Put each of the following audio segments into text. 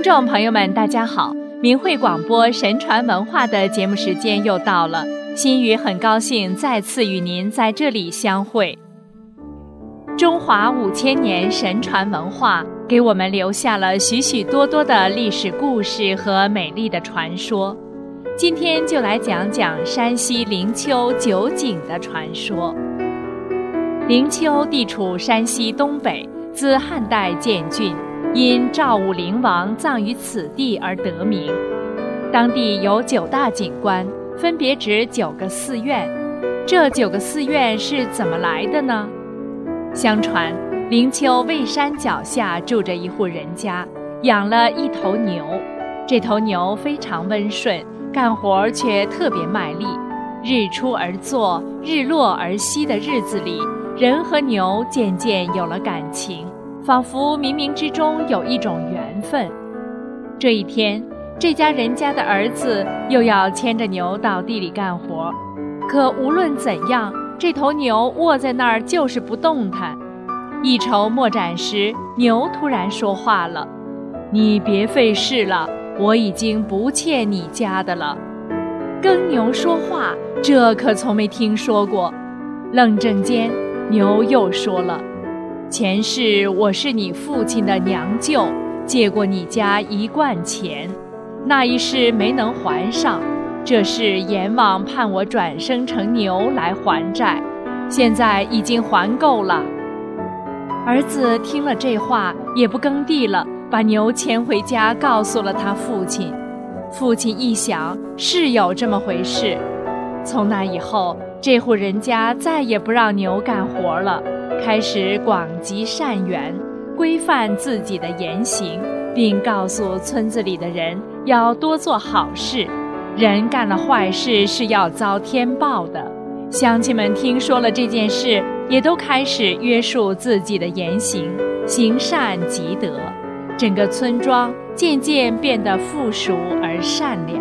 听众朋友们大家好，明慧广播神传文化的节目时间又到了，心语很高兴再次与您在这里相会。中华5000年神传文化给我们留下了许许多多的历史故事和美丽的传说，今天就来讲讲山西灵丘九井的传说。灵丘地处山西东北，自汉代建郡，因赵武灵王葬于此地而得名。当地有9大景观，分别指9个寺院。这9个寺院是怎么来的呢？相传灵丘渭山脚下住着一户人家，养了一头牛。这头牛非常温顺，干活却特别卖力。日出而作，日落而息的日子里，人和牛渐渐有了感情，仿佛冥冥之中有一种缘分。这一天，这家人家的儿子又要牵着牛到地里干活，可无论怎样，这头牛卧在那儿就是不动弹。一筹莫展时，牛突然说话了：“你别费事了，我已经不欠你家的了。”耕牛说话，这可从没听说过。愣怔间，牛又说了：“前世我是你父亲的娘舅，借过你家1贯钱，那一世没能还上，这世阎王判我转生成牛来还债，现在已经还够了。”儿子听了这话，也不耕地了，把牛牵回家，告诉了他父亲。父亲一想，是有这么回事。从那以后，这户人家再也不让牛干活了，开始广积善缘，规范自己的言行，并告诉村子里的人要多做好事，人干了坏事是要遭天报的。乡亲们听说了这件事，也都开始约束自己的言行，行善积德，整个村庄渐渐变得富庶而善良。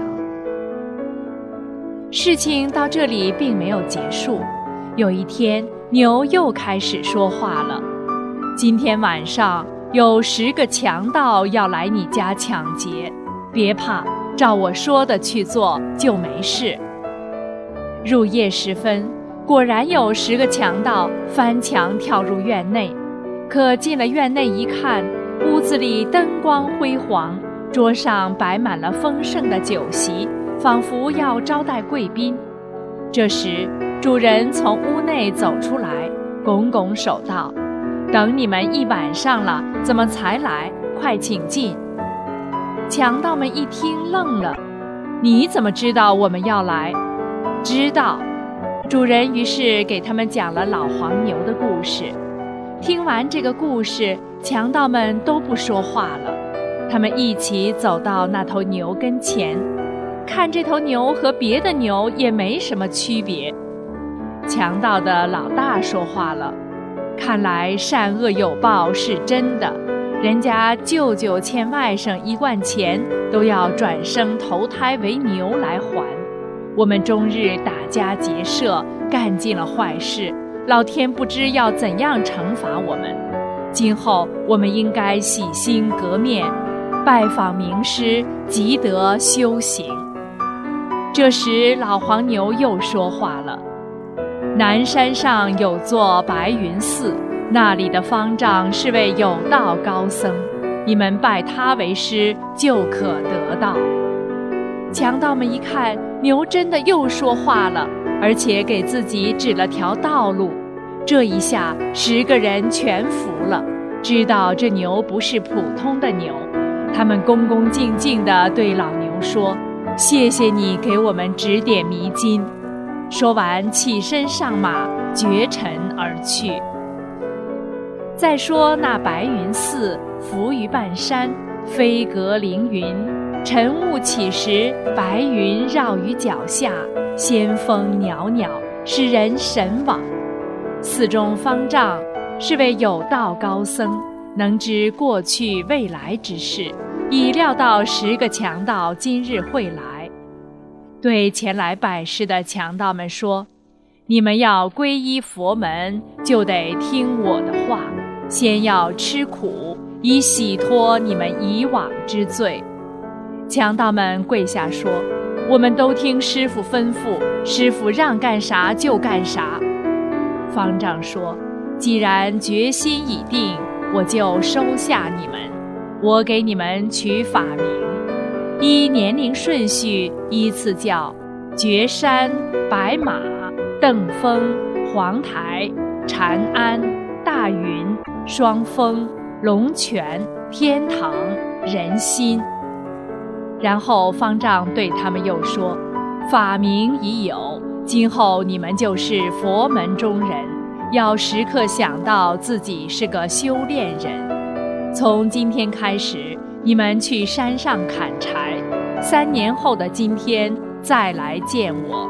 事情到这里并没有结束，有一天，牛又开始说话了：“今天晚上有10个强盗要来你家抢劫，别怕，照我说的去做就没事。”入夜时分，果然有10个强盗翻墙跳入院内。可进了院内一看，屋子里灯光辉煌，桌上摆满了丰盛的酒席，仿佛要招待贵宾。这时，主人从屋内走出来，拱拱手道：“等你们1晚上了，怎么才来？快请进。”强盗们一听愣了：“你怎么知道我们要来？”“知道。”主人于是给他们讲了老黄牛的故事。听完这个故事，强盗们都不说话了。他们一起走到那头牛跟前，看这头牛和别的牛也没什么区别。强盗的老大说话了：“看来善恶有报是真的，人家舅舅欠外甥1贯钱，都要转生投胎为牛来还。我们终日打家劫舍，干尽了坏事，老天不知要怎样惩罚我们。今后我们应该洗心革面，拜访名师，积德修行。”这时老黄牛又说话了：“南山上有座白云寺，那里的方丈是位有道高僧，你们拜他为师，就可得道。”强盗们一看，牛真的又说话了，而且给自己指了条道路。这一下10个人全服了，知道这牛不是普通的牛。他们恭恭敬敬地对老牛说：“谢谢你给我们指点迷津。”说完起身上马，绝尘而去。再说那白云寺浮于半山，飞阁凌云，晨雾起时，白云绕于脚下，仙风袅袅，使人神往。寺中方丈是位有道高僧，能知过去未来之事，已料到10个强盗今日会来，对前来拜师的强盗们说：“你们要皈依佛门，就得听我的话，先要吃苦， 以洗脱你们以往之罪。”强盗们跪下说：“我们都听师傅吩咐，师傅让干啥就干啥。”方丈说：“既然决心已定，我就收下你们。我给你们取法名，依年龄顺序依次叫觉山、白马、邓峰、黄台、禅安、大云、双峰、龙泉、天堂、人心。”然后方丈对他们又说：“法名已有，今后你们就是佛门中人，要时刻想到自己是个修炼人。从今天开始，你们去山上砍柴，3年后的今天再来见我。”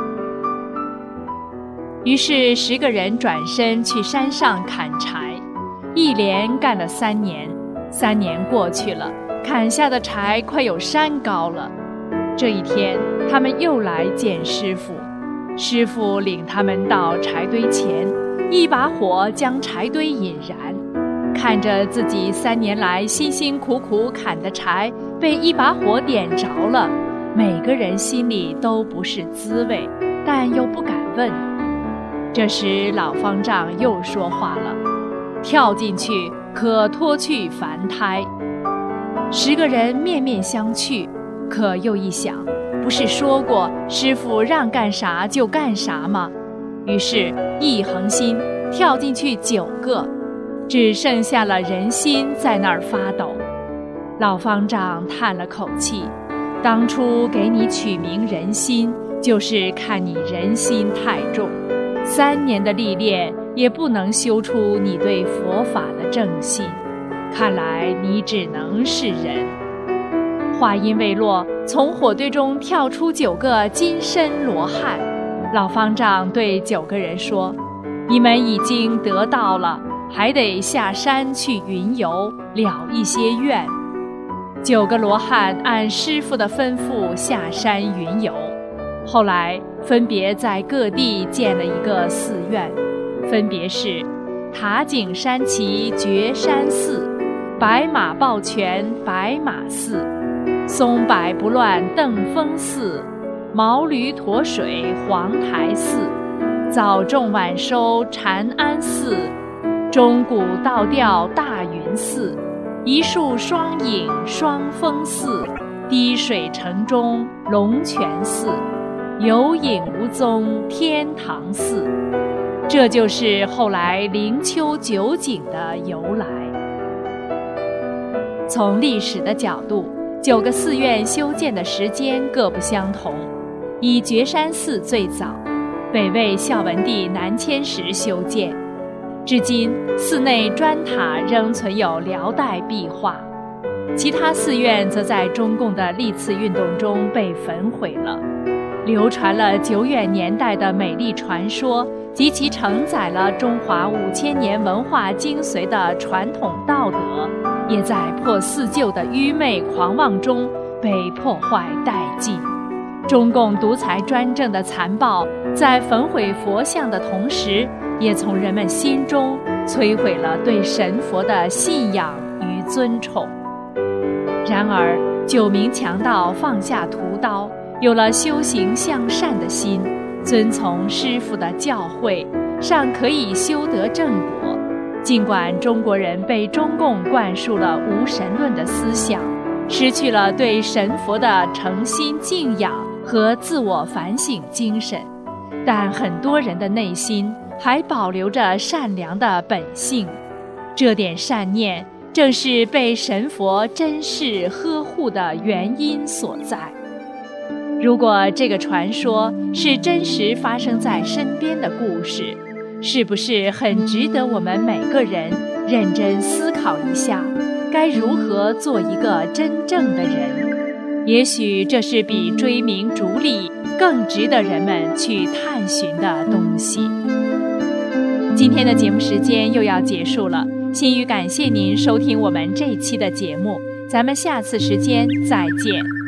于是10个人转身去山上砍柴，一连干了3年。3年过去了，砍下的柴快有山高了。这一天，他们又来见师父。师父领他们到柴堆前，一把火将柴堆引燃。看着自己3年来辛辛苦苦砍的柴被一把火点着了，每个人心里都不是滋味，但又不敢问。这时老方丈又说话了：“跳进去可脱去凡胎。”10个人面面相觑，可又一想，不是说过师父让干啥就干啥吗？于是一横心跳进去9个，只剩下了人心在那儿发抖。老方丈叹了口气：“当初给你取名人心，就是看你人心太重，3年的历练也不能修出你对佛法的正信，看来你只能是人。”话音未落，从火堆中跳出9个金身罗汉。老方丈对9个人说：“你们已经得道了，还得下山去云游，了一些愿。”9个罗汉按师父的吩咐下山云游，后来分别在各地建了一个寺院，分别是塔景山齐觉山寺、白马抱泉白马寺、松柏不乱邓峰寺、毛驴驮水黄台寺、早种晚收禅安寺、钟鼓倒吊大云寺、一树双影双峰寺、滴水城中龙泉寺、有影无踪天堂寺。这就是后来灵丘9景的由来。从历史的角度，9个寺院修建的时间各不相同。以觉山寺最早，北魏孝文帝南迁时修建，至今寺内砖塔仍存有辽代壁画，其他寺院则在中共的历次运动中被焚毁了。流传了久远年代的美丽传说及其承载了中华5000年文化精髓的传统道德，也在破四旧的愚昧狂妄中被破坏殆尽。中共独裁专政的残暴，在焚毁佛像的同时，也从人们心中摧毁了对神佛的信仰与尊崇。然而9名强盗放下屠刀，有了修行向善的心，遵从师父的教诲，尚可以修得正果。尽管中国人被中共灌输了无神论的思想，失去了对神佛的诚心敬仰和自我反省精神，但很多人的内心还保留着善良的本性。这点善念正是被神佛珍视呵护的原因所在。如果这个传说是真实发生在身边的故事，是不是很值得我们每个人认真思考一下，该如何做一个真正的人？也许这是比追名逐利更值得人们去探寻的东西。今天的节目时间又要结束了，心语感谢您收听我们这期的节目，咱们下次时间再见。